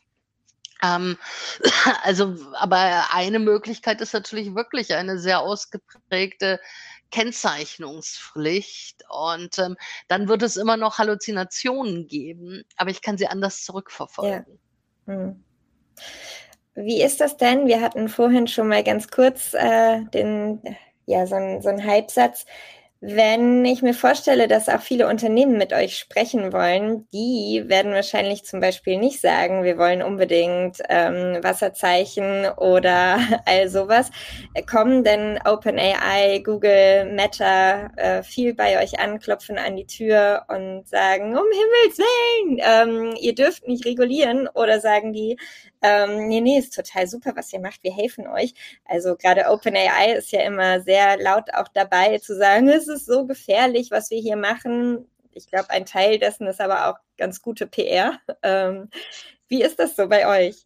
Aber eine Möglichkeit ist natürlich wirklich eine sehr ausgeprägte Kennzeichnungspflicht und dann wird es immer noch Halluzinationen geben, aber ich kann sie anders zurückverfolgen. Ja. Wie ist das denn? Wir hatten vorhin schon mal ganz kurz so einen Halbsatz. Wenn ich mir vorstelle, dass auch viele Unternehmen mit euch sprechen wollen, die werden wahrscheinlich zum Beispiel nicht sagen, wir wollen unbedingt Wasserzeichen oder all sowas. Kommen denn OpenAI, Google, Meta viel bei euch an, klopfen an die Tür und sagen, um Himmels Willen, ihr dürft nicht regulieren, oder sagen die, nee, ist total super, was ihr macht, wir helfen euch. Also gerade OpenAI ist ja immer sehr laut auch dabei zu sagen, es ist so gefährlich, was wir hier machen. ich glaube, ein Teil dessen ist aber auch ganz gute PR. Wie ist das so bei euch?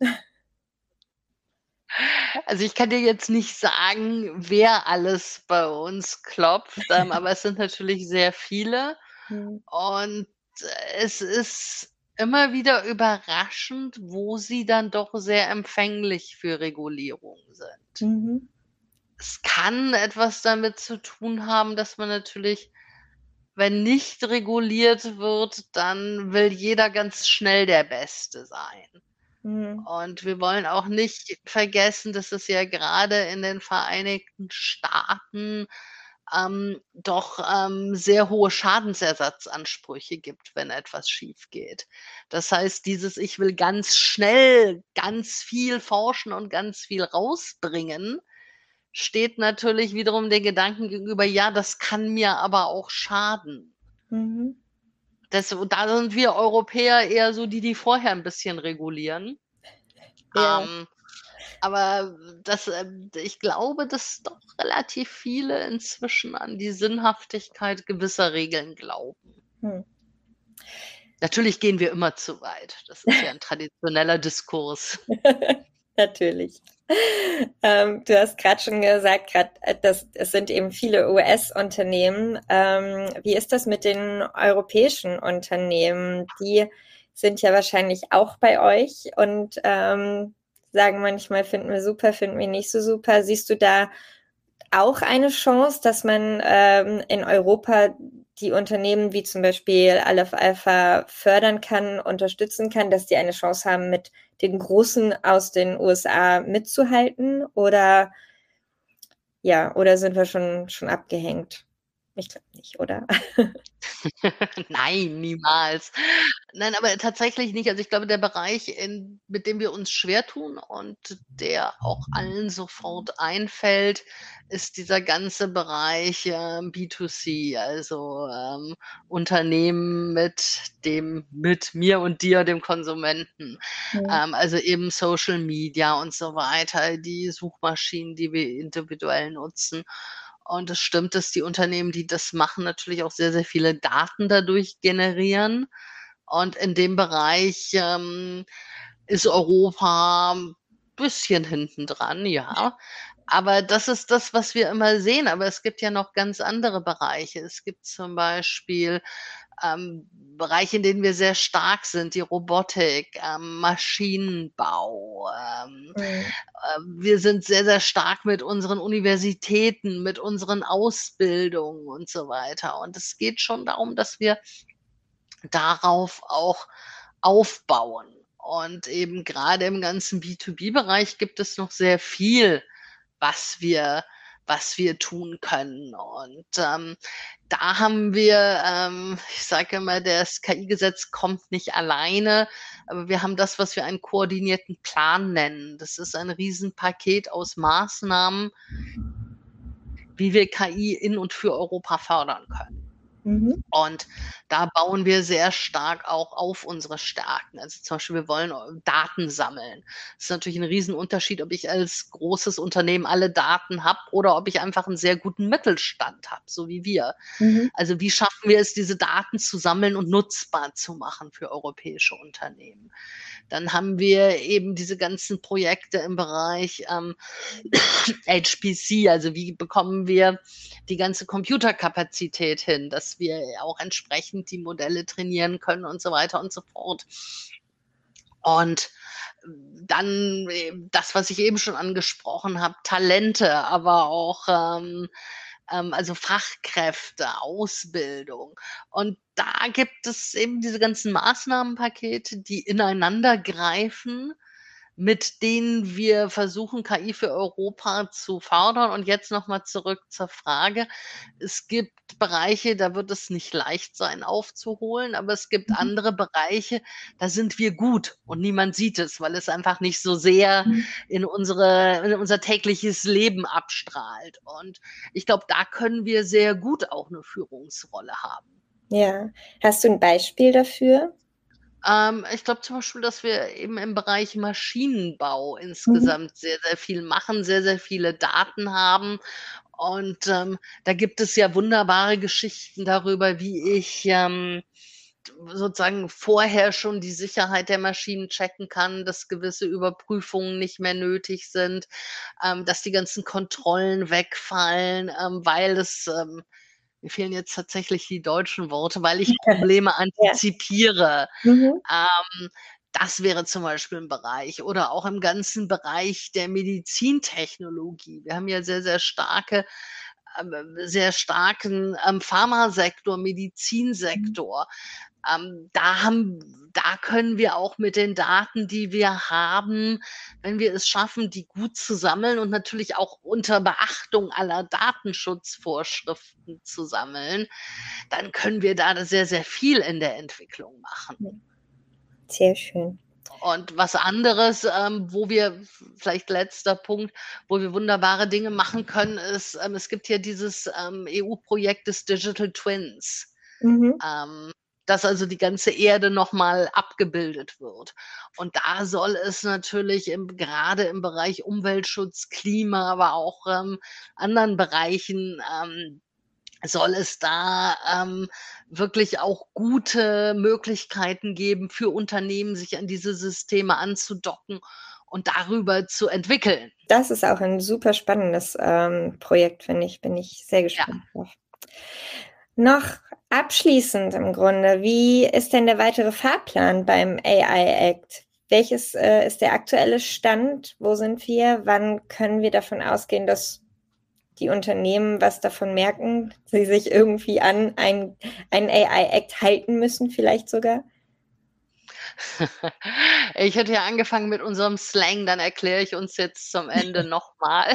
Also ich kann dir jetzt nicht sagen, wer alles bei uns klopft, aber es sind natürlich sehr viele Mhm. und es ist immer wieder überraschend, wo sie dann doch sehr empfänglich für Regulierung sind. Mhm. Es kann etwas damit zu tun haben, dass man natürlich, wenn nicht reguliert wird, dann will jeder ganz schnell der Beste sein. Mhm. Und wir wollen auch nicht vergessen, dass es ja gerade in den Vereinigten Staaten, doch, sehr hohe Schadensersatzansprüche gibt, wenn etwas schiefgeht. Das heißt, dieses „Ich will ganz schnell ganz viel forschen und ganz viel rausbringen“, steht natürlich wiederum den Gedanken gegenüber: „Ja, das kann mir aber auch schaden.“ Mhm. Da sind wir Europäer eher so die vorher 'n bisschen regulieren. Ja. Ähm, aber ich glaube, dass doch relativ viele inzwischen an die Sinnhaftigkeit gewisser Regeln glauben. Hm. Natürlich gehen wir immer zu weit. Das ist ja 'n traditioneller Diskurs. Natürlich. Du hast gerade schon gesagt, dass es sind eben viele US-Unternehmen. Wie ist das mit den europäischen Unternehmen? Die sind ja wahrscheinlich auch bei euch und sagen manchmal, finden wir super, finden wir nicht so super. Siehst du da auch eine Chance, dass man in Europa die Unternehmen wie zum Beispiel Aleph Alpha fördern kann, unterstützen kann, dass die eine Chance haben, mit den Großen aus den USA mitzuhalten? Oder ja, oder sind wir schon abgehängt? Ich glaube nicht, oder? Nein, niemals. Nein, aber tatsächlich nicht. Also, ich glaube, der Bereich, mit dem wir uns schwer tun und der auch allen sofort einfällt, ist dieser ganze Bereich, B2C, also, Unternehmen mit mir und dir, dem Konsumenten. Mhm. Also, eben Social Media und so weiter, die Suchmaschinen, die wir individuell nutzen. Und es stimmt, dass die Unternehmen, die das machen, natürlich auch sehr, sehr viele Daten dadurch generieren. Und in dem Bereich, ist Europa 'n bisschen hintendran, ja. Aber das ist das, was wir immer sehen. Aber es gibt ja noch ganz andere Bereiche. Es gibt zum Beispiel, Bereiche, in denen wir sehr stark sind, die Robotik, Maschinenbau, Mhm. wir sind sehr, sehr stark mit unseren Universitäten, mit unseren Ausbildungen und so weiter. Und es geht schon darum, dass wir darauf auch aufbauen. Und eben gerade im ganzen B2B-Bereich gibt es noch sehr viel, was wir was wir tun können. Und, da haben wir, ich sage immer, das KI-Gesetz kommt nicht alleine, aber wir haben das, was wir einen koordinierten Plan nennen. Das ist ein Riesenpaket aus Maßnahmen, wie wir KI in und für Europa fördern können. Mhm. Und da bauen wir sehr stark auch auf unsere Stärken. Also, zum Beispiel, wir wollen Daten sammeln. Das ist natürlich 'n Riesenunterschied, ob ich als großes Unternehmen alle Daten habe oder ob ich einfach 'n sehr guten Mittelstand habe, so wie wir. Mhm. Also, wie schaffen wir es, diese Daten zu sammeln und nutzbar zu machen für europäische Unternehmen? Dann haben wir eben diese ganzen Projekte im Bereich, HPC, also wie bekommen wir die ganze Computerkapazität hin, dass wir auch entsprechend die Modelle trainieren können und so weiter und so fort. Und dann das, was ich eben schon angesprochen habe, Talente, aber auch, also Fachkräfte, Ausbildung. Und da gibt es eben diese ganzen Maßnahmenpakete, die ineinander greifen, mit denen wir versuchen, KI für Europa zu fördern. Und jetzt noch mal zurück zur Frage. Es gibt Bereiche, da wird es nicht leicht sein aufzuholen, aber es gibt Mhm. andere Bereiche, da sind wir gut und niemand sieht es, weil es einfach nicht so sehr Mhm. in unser tägliches Leben abstrahlt. Und ich glaube, da können wir sehr gut auch 'ne Führungsrolle haben. Ja. Hast du ein Beispiel dafür? Ich glaube zum Beispiel, dass wir eben im Bereich Maschinenbau Mhm. insgesamt sehr, sehr viel machen, sehr, sehr viele Daten haben Und da gibt es ja wunderbare Geschichten darüber, wie ich sozusagen vorher schon die Sicherheit der Maschinen checken kann, dass gewisse Überprüfungen nicht mehr nötig sind, dass die ganzen Kontrollen wegfallen, weil es mir fehlen jetzt tatsächlich die deutschen Worte, weil ich Probleme Ja. antizipiere. Mhm. Das wäre zum Beispiel ein Bereich oder auch im ganzen Bereich der Medizintechnologie. Wir haben ja sehr starken Pharmasektor, Medizinsektor. Da können wir auch mit den Daten, die wir haben, wenn wir es schaffen, die gut zu sammeln und natürlich auch unter Beachtung aller Datenschutzvorschriften zu sammeln, dann können wir da sehr, sehr viel in der Entwicklung machen. Sehr schön. Und was anderes, wo wir vielleicht letzter Punkt, wo wir wunderbare Dinge machen können, ist, es gibt ja dieses EU-Projekt des Digital Twins, dass also die ganze Erde nochmal abgebildet wird. Und da soll es natürlich gerade im Bereich Umweltschutz, Klima, aber auch anderen Bereichen soll es da wirklich auch gute Möglichkeiten geben für Unternehmen, sich an diese Systeme anzudocken und darüber zu entwickeln. Das ist auch ein super spannendes Projekt, finde ich. Bin ich sehr gespannt drauf. Noch abschließend im Grunde, wie ist denn der weitere Fahrplan beim AI Act? Welches ist der aktuelle Stand? Wo sind wir? Wann können wir davon ausgehen, dass die Unternehmen was davon merken, sie sich irgendwie an einen AI-Act halten müssen, vielleicht sogar? Ich hätte ja angefangen mit unserem Slang, dann erkläre ich uns jetzt zum Ende nochmal.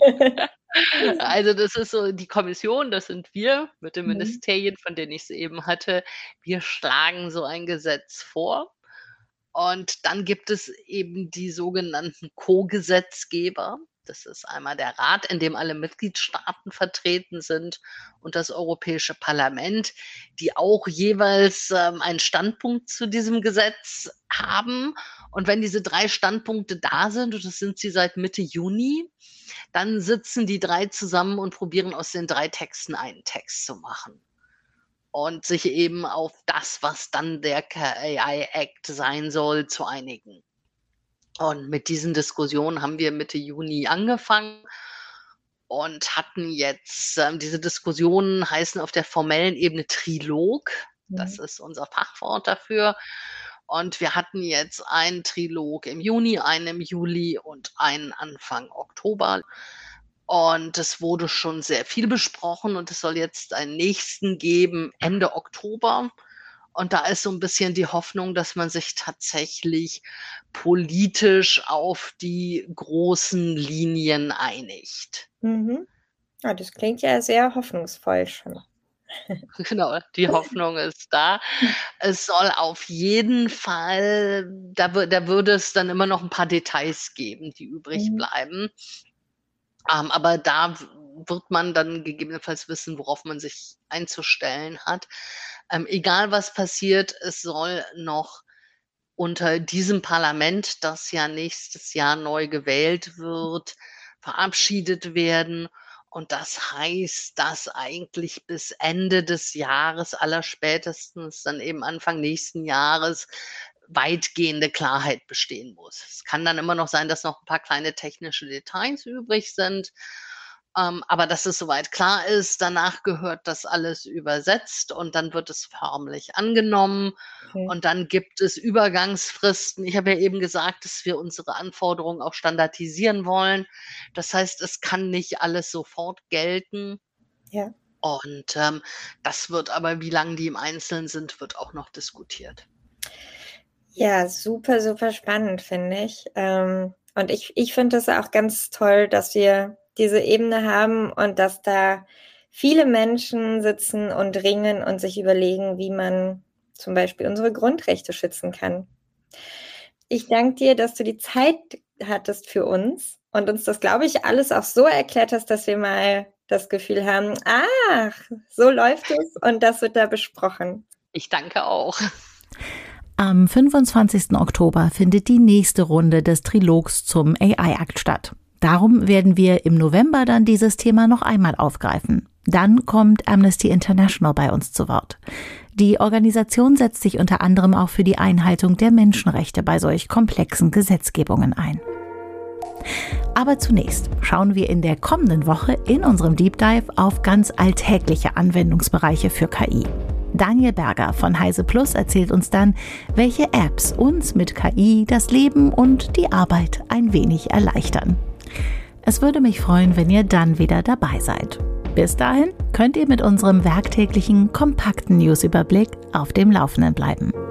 Also das ist so die Kommission, das sind wir mit den Ministerien, von denen ich es eben hatte. Wir schlagen so ein Gesetz vor. Und dann gibt es eben die sogenannten Co-Gesetzgeber. Das ist einmal der Rat, in dem alle Mitgliedstaaten vertreten sind, und das Europäische Parlament, die auch jeweils einen Standpunkt zu diesem Gesetz haben. Und wenn diese 3 Standpunkte da sind, und das sind sie seit Mitte Juni, dann sitzen die 3 zusammen und probieren aus den 3 Texten einen Text zu machen. Und sich eben auf das, was dann der AI Act sein soll, zu einigen. Und mit diesen Diskussionen haben wir Mitte Juni angefangen und hatten jetzt diese Diskussionen heißen auf der formellen Ebene Trilog. Das ist unser Fachwort dafür. Und wir hatten jetzt einen Trilog im Juni, einen im Juli und einen Anfang Oktober. Und es wurde schon sehr viel besprochen und es soll jetzt einen nächsten geben Ende Oktober. Und da ist so ein bisschen die Hoffnung, dass man sich tatsächlich politisch auf die großen Linien einigt. Ja, das klingt ja sehr hoffnungsvoll schon. Genau, die Hoffnung ist da. Es soll auf jeden Fall, da würde es dann immer noch ein paar Details geben, die übrig bleiben. Aber da wird man dann gegebenenfalls wissen, worauf man sich einzustellen hat. Egal was passiert, es soll noch unter diesem Parlament, das ja nächstes Jahr neu gewählt wird, verabschiedet werden. Und das heißt, dass eigentlich bis Ende des Jahres, allerspätestens dann eben Anfang nächsten Jahres, weitgehende Klarheit bestehen muss. Es kann dann immer noch sein, dass noch ein paar kleine technische Details übrig sind. Aber dass es soweit klar ist, danach gehört das alles übersetzt und dann wird es förmlich angenommen. Und dann gibt es Übergangsfristen. Ich habe ja eben gesagt, dass wir unsere Anforderungen auch standardisieren wollen. Das heißt, es kann nicht alles sofort gelten. Ja. Und das wird aber, wie lange die im Einzelnen sind, wird auch noch diskutiert. Ja, super, super spannend, finde ich. Und ich finde es auch ganz toll, dass wir diese Ebene haben und dass da viele Menschen sitzen und ringen und sich überlegen, wie man zum Beispiel unsere Grundrechte schützen kann. Ich danke dir, dass du die Zeit hattest für uns und uns das, glaube ich, alles auch so erklärt hast, dass wir mal das Gefühl haben, ach, so läuft es und das wird da besprochen. Ich danke auch. Am 25. Oktober findet die nächste Runde des Trilogs zum AI-Akt statt. Darum werden wir im November dann dieses Thema noch einmal aufgreifen. Dann kommt Amnesty International bei uns zu Wort. Die Organisation setzt sich unter anderem auch für die Einhaltung der Menschenrechte bei solch komplexen Gesetzgebungen ein. Aber zunächst schauen wir in der kommenden Woche in unserem Deep Dive auf ganz alltägliche Anwendungsbereiche für KI. Daniel Berger von Heise Plus erzählt uns dann, welche Apps uns mit KI das Leben und die Arbeit ein wenig erleichtern. Es würde mich freuen, wenn ihr dann wieder dabei seid. Bis dahin könnt ihr mit unserem werktäglichen, kompakten Newsüberblick auf dem Laufenden bleiben.